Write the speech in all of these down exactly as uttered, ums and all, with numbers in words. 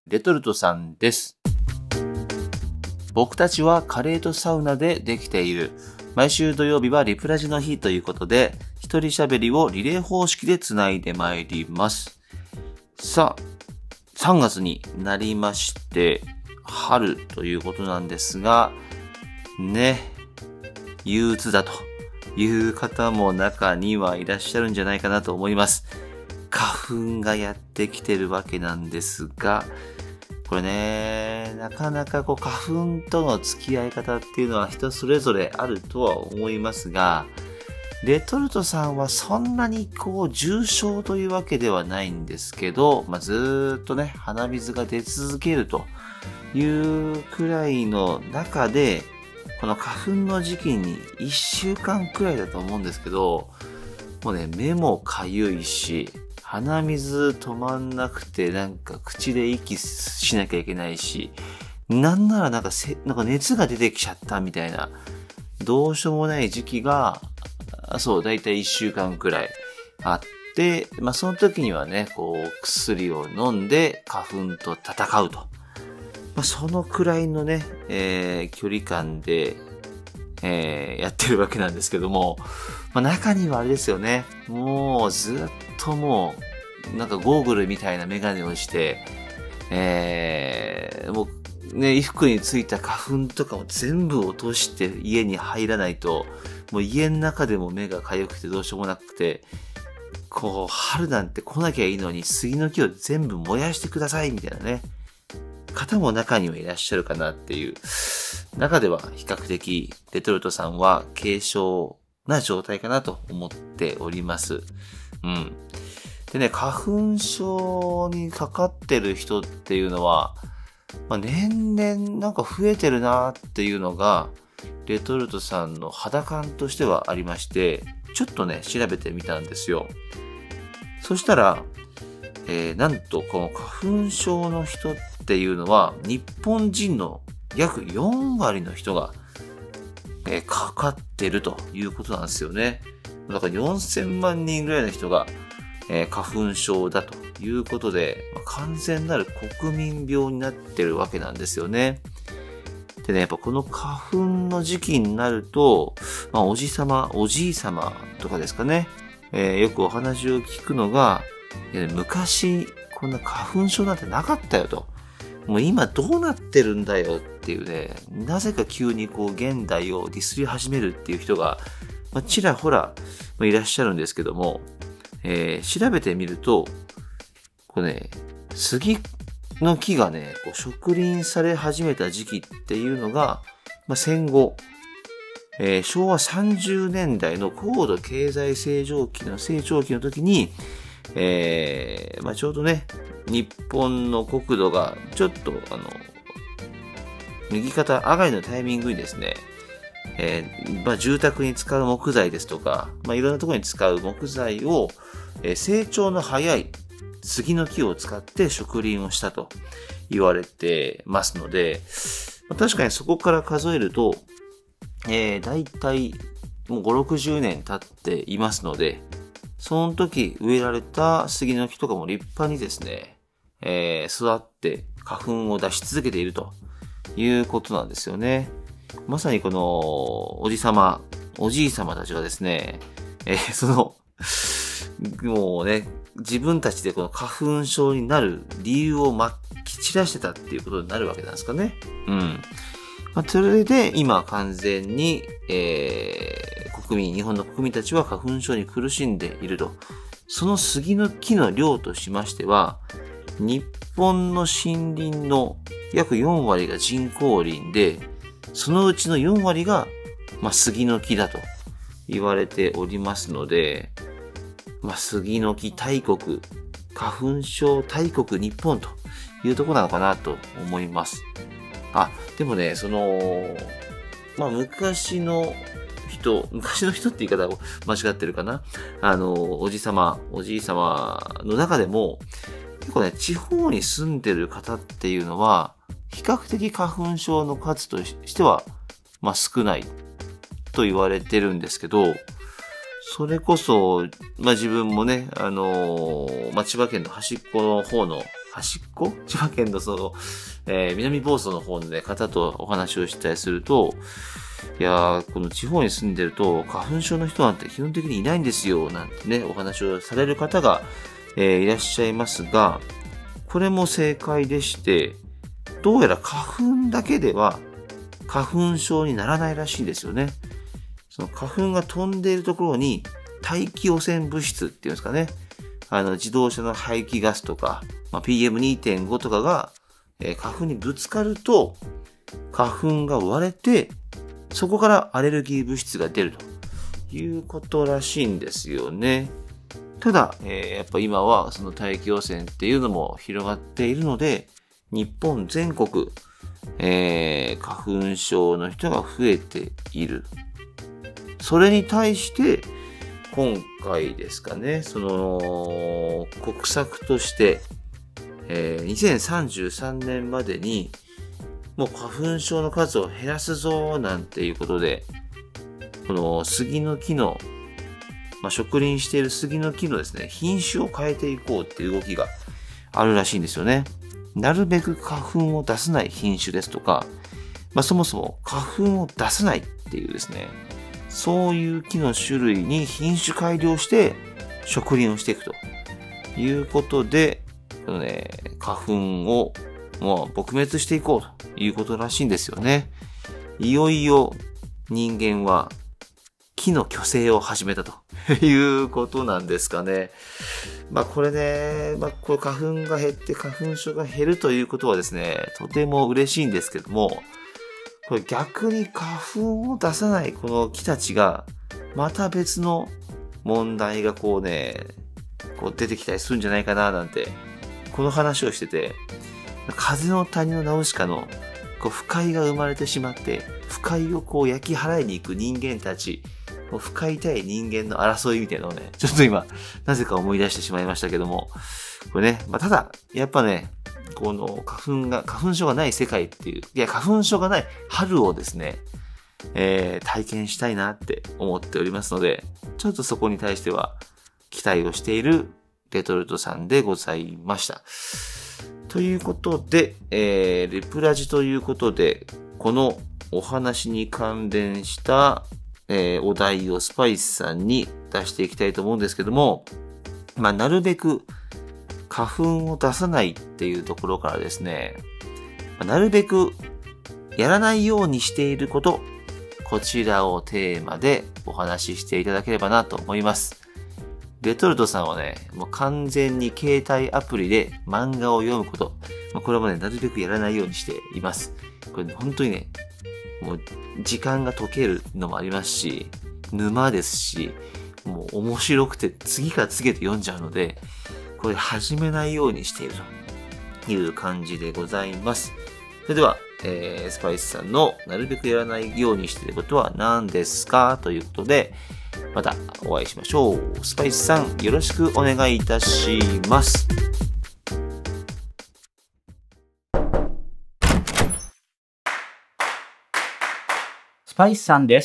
レトルトさんです。僕たちはカレーとサウナでできている。毎週土曜日はリプラジの日ということで、一人喋りをリレー方式でつないでまいります。さあ、さんがつになりまして、春ということなんですが、ね、憂鬱だという方も中にはいらっしゃるんじゃないかなと思います。花粉がやってきてるわけなんですが、これね、なかなかこう花粉との付き合い方っていうのは人それぞれあるとは思いますが、レトルトさんはそんなにこう重症というわけではないんですけど、まあ、ずーっとね、鼻水が出続けるというくらいの中で、この花粉の時期にいっしゅうかんくらいだと思うんですけど、もうね、目もかゆいし、鼻水止まんなくてなんか口で息しなきゃいけないし、なんならなんかせ、なんか熱が出てきちゃったみたいな、どうしようもない時期が、そう、だいたいいっしゅうかんくらいあって、まあその時にはね、こう薬を飲んで花粉と戦うと。まあそのくらいのね、えー、距離感で、えー、やってるわけなんですけども、まあ、中にはあれですよね。もうずっともう、なんかゴーグルみたいなメガネをして、えー、もうね、衣服についた花粉とかも全部落として家に入らないと、もう家の中でも目が痒くてどうしようもなくて、こう、春なんて来なきゃいいのに杉の木を全部燃やしてくださいみたいなね、方も中にはいらっしゃるかなっていう。中では比較的レトルトさんは軽症な状態かなと思っております。うん。でね、花粉症にかかってる人っていうのは、まあ、年々なんか増えてるなっていうのが、レトルトさんの肌感としてはありまして、ちょっとね、調べてみたんですよ。そしたら、えー、なんとこの花粉症の人っていうのは、日本人の約よんわりの人が、えー、かかってるということなんですよね。だからよんせんまんにんぐらいの人が、えー、花粉症だということで、まあ、完全なる国民病になってるわけなんですよね。でね、やっぱこの花粉の時期になると、まあ、おじさま、おじいさまとかですかね、えー、よくお話を聞くのが、いや昔こんな花粉症なんてなかったよと。もう今どうなってるんだよっていうね、なぜか急にこう現代をディスり始めるっていう人が、まあ、ちらほらいらっしゃるんですけども、えー、調べてみると、これね、杉の木がね、こう植林され始めた時期っていうのが、まあ、戦後、えー、しょうわさんじゅうねんだいの高度経済成長期の成長期の時に、えー、まあちょうどね、日本の国土がちょっとあの右肩上がりのタイミングにですね、えー、まあ住宅に使う木材ですとか、まあいろんなところに使う木材を、えー、成長の早い杉の木を使って植林をしたと言われてますので、まあ、確かにそこから数えると、えー、だいたいもうご、ろくじゅうねん経っていますので、その時植えられた杉の木とかも立派にですね、えー、育って花粉を出し続けているということなんですよね。まさにこのおじさま、おじいさまたちがですね、えー、その、もうね、自分たちでこの花粉症になる理由をまき散らしてたっていうことになるわけなんですかね。うん。まあ、それで今完全に、えー、国民、日本の国民たちは花粉症に苦しんでいると。その杉の木の量としましては、日本の森林の約よんわりが人工林で、そのうちのよんわりが、まあ、杉の木だと言われておりますので、まあ、杉の木大国、花粉症大国日本というところなのかなと思います。あ、でもね、その、まあ、昔の人、昔の人って言い方を間違ってるかな。あの、おじさま、おじいさまの中でも、結構ね、地方に住んでる方っていうのは、比較的花粉症の数としては、まあ、少ないと言われてるんですけど、それこそ、まあ、自分もね、あのーまあ、千葉県の端っこの方の端っこ千葉県のその、えー、南房総の方の、ね、方とお話をしたりすると、いやー、この地方に住んでると花粉症の人なんて基本的にいないんですよ、なんてね、お話をされる方が、えー、いらっしゃいますが、これも正解でして、どうやら花粉だけでは花粉症にならないらしいんですよね。その花粉が飛んでいるところに大気汚染物質っていうんですかね。あの自動車の排気ガスとか、まあ、ピーエムにてんご とかが、えー、花粉にぶつかると花粉が割れて、そこからアレルギー物質が出るということらしいんですよね。ただ、えー、やっぱ今はその大気汚染っていうのも広がっているので、日本全国、えー、花粉症の人が増えている。それに対して、今回ですかね、その、国策として、えー、にせんさんじゅうさんねんまでに、もう花粉症の数を減らすぞ、なんていうことで、この杉の木の、まあ、植林している杉の木のですね、品種を変えていこうっていう動きがあるらしいんですよね。なるべく花粉を出さない品種ですとか、まあ、そもそも花粉を出さないっていうですね、そういう木の種類に品種改良して植林をしていくということで、このね、花粉をもう撲滅していこうということらしいんですよね。いよいよ人間は木の去勢を始めたということなんですかね。まあこれね、まあこれ花粉が減って花粉症が減るということはですね、とても嬉しいんですけども、これ逆に花粉を出さないこの木たちがまた別の問題がこうね、こう出てきたりするんじゃないかななんて、この話をしてて、風の谷のナウシカのこう不快が生まれてしまって、不快をこう焼き払いに行く人間たち、不快対人間の争いみたいなのをね、ちょっと今、なぜか思い出してしまいましたけども、これね、まあ、ただ、やっぱね、この花粉が、花粉症がない世界っていう、いや、花粉症がない春をですね、えー、体験したいなって思っておりますので、ちょっとそこに対しては期待をしているレトルトさんでございました。ということで、えー、リプラジということで、このお話に関連した、えー、お題をスパイスさんに出していきたいと思うんですけども、まあ、なるべく花粉を出さないっていうところからですね、なるべくやらないようにしていること、こちらをテーマでお話ししていただければなと思います。レトルトさんはね、もう完全に携帯アプリで漫画を読むこと、これもね、なるべくやらないようにしています。これ、ね、本当にね、もう時間が解けるのもありますし、沼ですし、もう面白くて次から次へと読んじゃうので、これ始めないようにしているという感じでございます。それでは、えー、スパイスさんのなるべくやらないようにしていることは何ですかということで、またお会いしましょう。スパイスさん、よろしくお願いいたします。 スパイスさんです。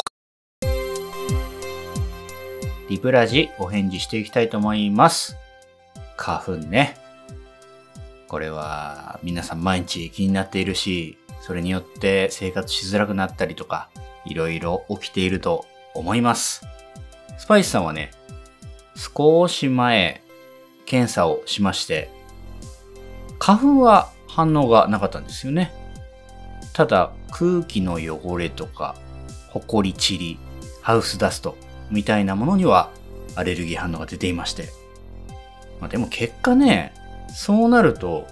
リプラジお返事していきたいと思います。花粉ね。これは皆さん毎日気になっているし、それによって生活しづらくなったりとか、いろいろ起きていると思います。スパイスさんはね、少し前検査をしまして、花粉は反応がなかったんですよね。ただ空気の汚れとか、ホコリ、チリ、ハウスダストみたいなものにはアレルギー反応が出ていまして。まあ、でも結果ね、そうなると、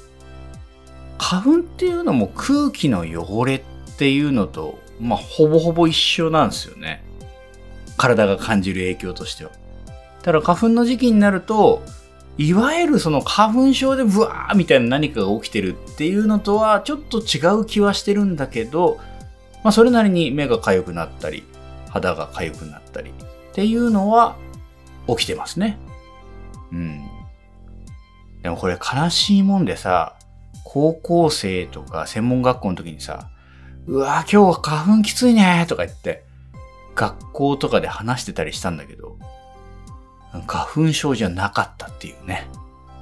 花粉っていうのも空気の汚れっていうのと、まあほぼほぼ一緒なんですよね。体が感じる影響としては。ただ花粉の時期になると、いわゆるその花粉症でブワーみたいな何かが起きてるっていうのとはちょっと違う気はしてるんだけど、まあそれなりに目が痒くなったり、肌が痒くなったりっていうのは起きてますね。うん。でもこれ悲しいもんでさ、高校生とか専門学校の時にさ、うわぁ今日は花粉きついねとか言って、学校とかで話してたりしたんだけど、花粉症じゃなかったっていうね。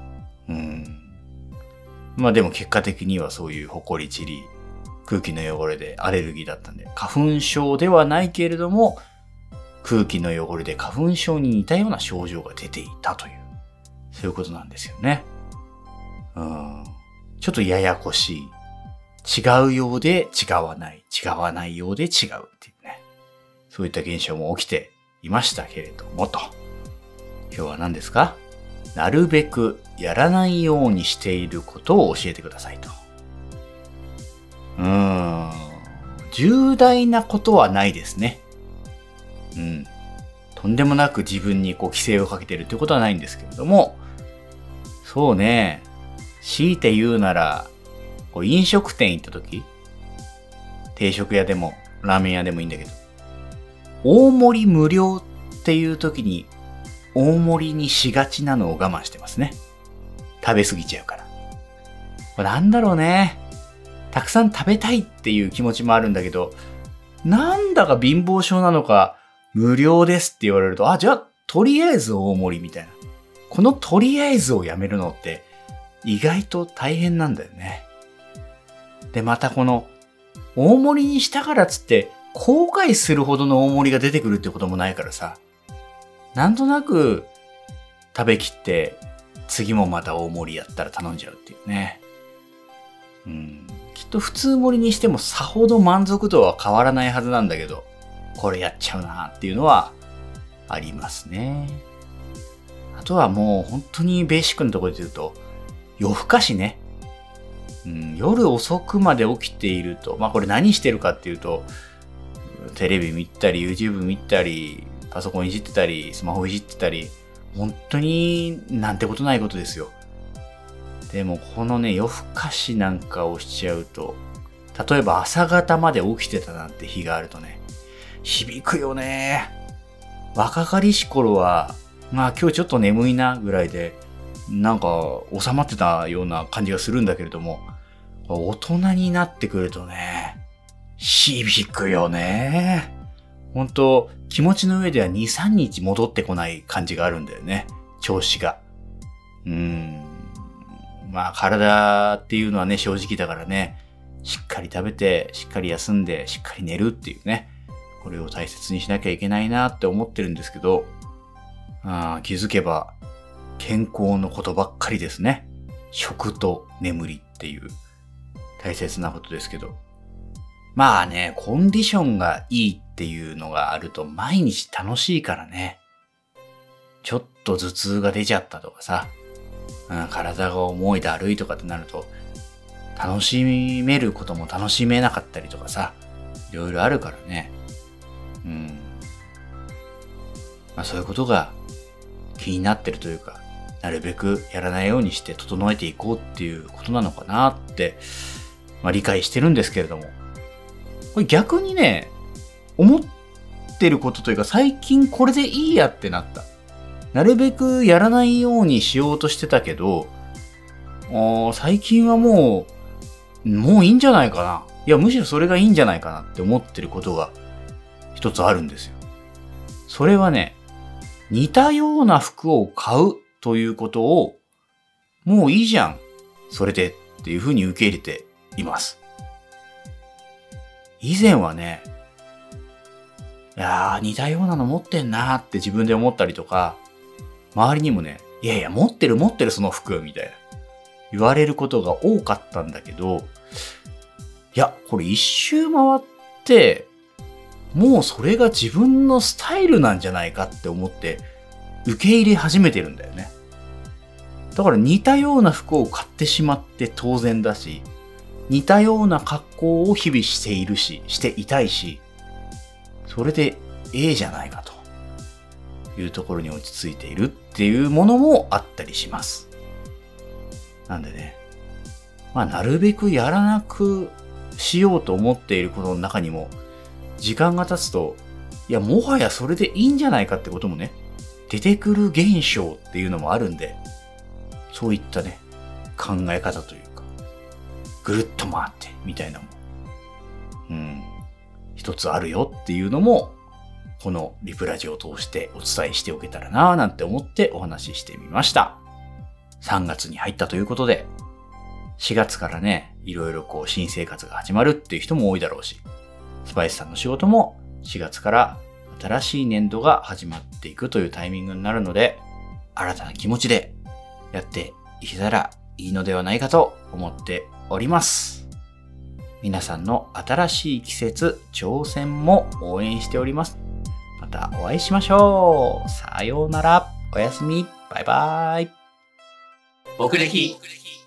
うん。まあでも結果的にはそういうホコリ、チリ、空気の汚れでアレルギーだったんで、花粉症ではないけれども、空気の汚れで花粉症に似たような症状が出ていたという、そういうことなんですよね。うん。ちょっとややこしい。違うようで違わない。違わないようで違うっていうね。そういった現象も起きていましたけれどもと。今日は何ですか？なるべくやらないようにしていることを教えてくださいと。うーん。重大なことはないですね。うん。とんでもなく自分にこう規制をかけてるってことはないんですけれども、そうね。強いて言うなら、こう飲食店行った時、定食屋でもラーメン屋でもいいんだけど、大盛り無料っていう時に大盛りにしがちなのを我慢してますね。食べ過ぎちゃうから。これなんだろうね。たくさん食べたいっていう気持ちもあるんだけど、なんだか貧乏症なのか、無料ですって言われると、あ、じゃあ、とりあえず大盛りみたいな。このとりあえずをやめるのって意外と大変なんだよね。で、またこの大盛りにしたからっつって後悔するほどの大盛りが出てくるってこともないからさ、なんとなく食べきって次もまた大盛りやったら頼んじゃうっていうね。うん、きっと普通盛りにしてもさほど満足度は変わらないはずなんだけど、これやっちゃうなっていうのはありますね。あとはもう本当にベーシックなところで言うと、夜更かしね。うん、夜遅くまで起きていると、まあこれ何してるかっていうと、テレビ見たり、YouTube 見たり、パソコンいじってたり、スマホいじってたり、本当になんてことないことですよ。でもこのね、夜更かしなんかをしちゃうと、例えば朝方まで起きてたなんて日があるとね、響くよね。若かりし頃は、まあ今日ちょっと眠いなぐらいで、なんか収まってたような感じがするんだけれども、大人になってくるとね、響くよね。本当気持ちの上ではに、さんにち戻ってこない感じがあるんだよね。調子が。うーん。まあ体っていうのはね、正直だからね、しっかり食べて、しっかり休んで、しっかり寝るっていうね、これを大切にしなきゃいけないなって思ってるんですけど、あ気づけば健康のことばっかりですね。食と眠りっていう大切なことですけど。まあね、コンディションがいいっていうのがあると毎日楽しいからね。ちょっと頭痛が出ちゃったとかさ、うん、体が重いだるいとかってなると、楽しめることも楽しめなかったりとかさ、いろいろあるからね。うん。まあそういうことが気になってるというか、なるべくやらないようにして整えていこうっていうことなのかなって、まあ理解してるんですけれども。これ逆にね、思ってることというか最近これでいいやってなった。なるべくやらないようにしようとしてたけど、あ最近はもう、もういいんじゃないかな。いや、むしろそれがいいんじゃないかなって思ってることが一つあるんですよ。それはね、似たような服を買うということを、もういいじゃん。それでっていうふうに受け入れています。以前はね、いやー似たようなの持ってんなーって自分で思ったりとか、周りにもね、いやいや持ってる持ってるその服みたいな言われることが多かったんだけど、いや、これ一周回って、もうそれが自分のスタイルなんじゃないかって思って受け入れ始めてるんだよね。だから似たような服を買ってしまって当然だし、似たような格好を日々しているし、していたいし、それでええじゃないかというところに落ち着いているっていうものもあったりします。なんでね、まあなるべくやらなくしようと思っていることの中にも、時間が経つと、いやもはやそれでいいんじゃないかってこともね、出てくる現象っていうのもあるんで、そういったね、考え方というか、ぐるっと回ってみたいなもん、うん、一つあるよっていうのも、このリプラジを通してお伝えしておけたらなぁなんて思ってお話ししてみました。 さんがつに入ったということで、しがつからね、いろいろこう新生活が始まるっていう人も多いだろうし、スパイスさんの仕事もしがつから新しい年度が始まっていくというタイミングになるので、新たな気持ちでやっていけたらいいのではないかと思っております。皆さんの新しい季節、挑戦も応援しております。またお会いしましょう。さようなら。おやすみ。バイバイ。 僕歴。